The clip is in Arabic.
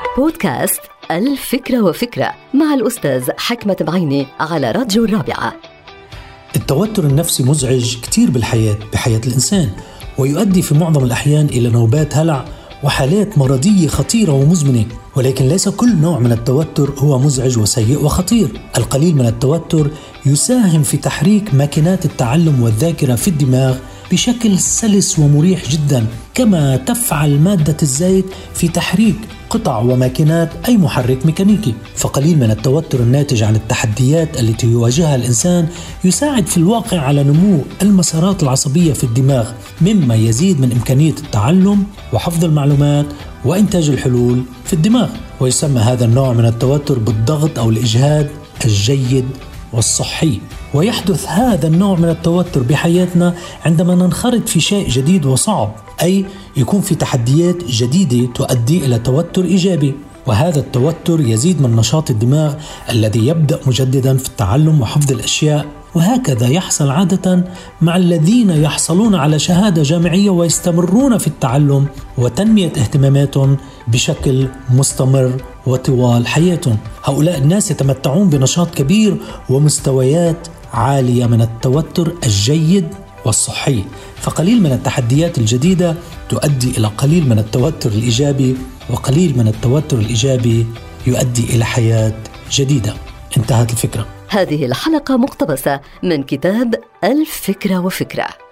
بودكاست الفكرة وفكرة مع الأستاذ حكمة بعيني على راديو الرابعة. التوتر النفسي مزعج كتير بحياة الإنسان، ويؤدي في معظم الأحيان إلى نوبات هلع وحالات مرضية خطيرة ومزمنة. ولكن ليس كل نوع من التوتر هو مزعج وسيء وخطير. القليل من التوتر يساهم في تحريك ماكينات التعلم والذاكرة في الدماغ بشكل سلس ومريح جدا، كما تفعل مادة الزيت في تحريك قطع وماكينات أي محرك ميكانيكي. فقليل من التوتر الناتج عن التحديات التي يواجهها الإنسان يساعد في الواقع على نمو المسارات العصبية في الدماغ، مما يزيد من إمكانية التعلم وحفظ المعلومات وإنتاج الحلول في الدماغ. ويسمى هذا النوع من التوتر بالضغط أو الإجهاد الجيد والصحي. ويحدث هذا النوع من التوتر بحياتنا عندما ننخرط في شيء جديد وصعب، أي يكون في تحديات جديدة تؤدي إلى توتر إيجابي. وهذا التوتر يزيد من نشاط الدماغ الذي يبدأ مجددا في التعلم وحفظ الأشياء. وهكذا يحصل عادة مع الذين يحصلون على شهادة جامعية ويستمرون في التعلم وتنمية اهتماماتهم بشكل مستمر وطوال حياتهم. هؤلاء الناس يتمتعون بنشاط كبير ومستويات عالية من التوتر الجيد والصحي. فقليل من التحديات الجديدة تؤدي إلى قليل من التوتر الإيجابي، وقليل من التوتر الإيجابي يؤدي إلى حياة جديدة. انتهت الفكرة. هذه الحلقة مقتبسة من كتاب الفكرة وفكرة.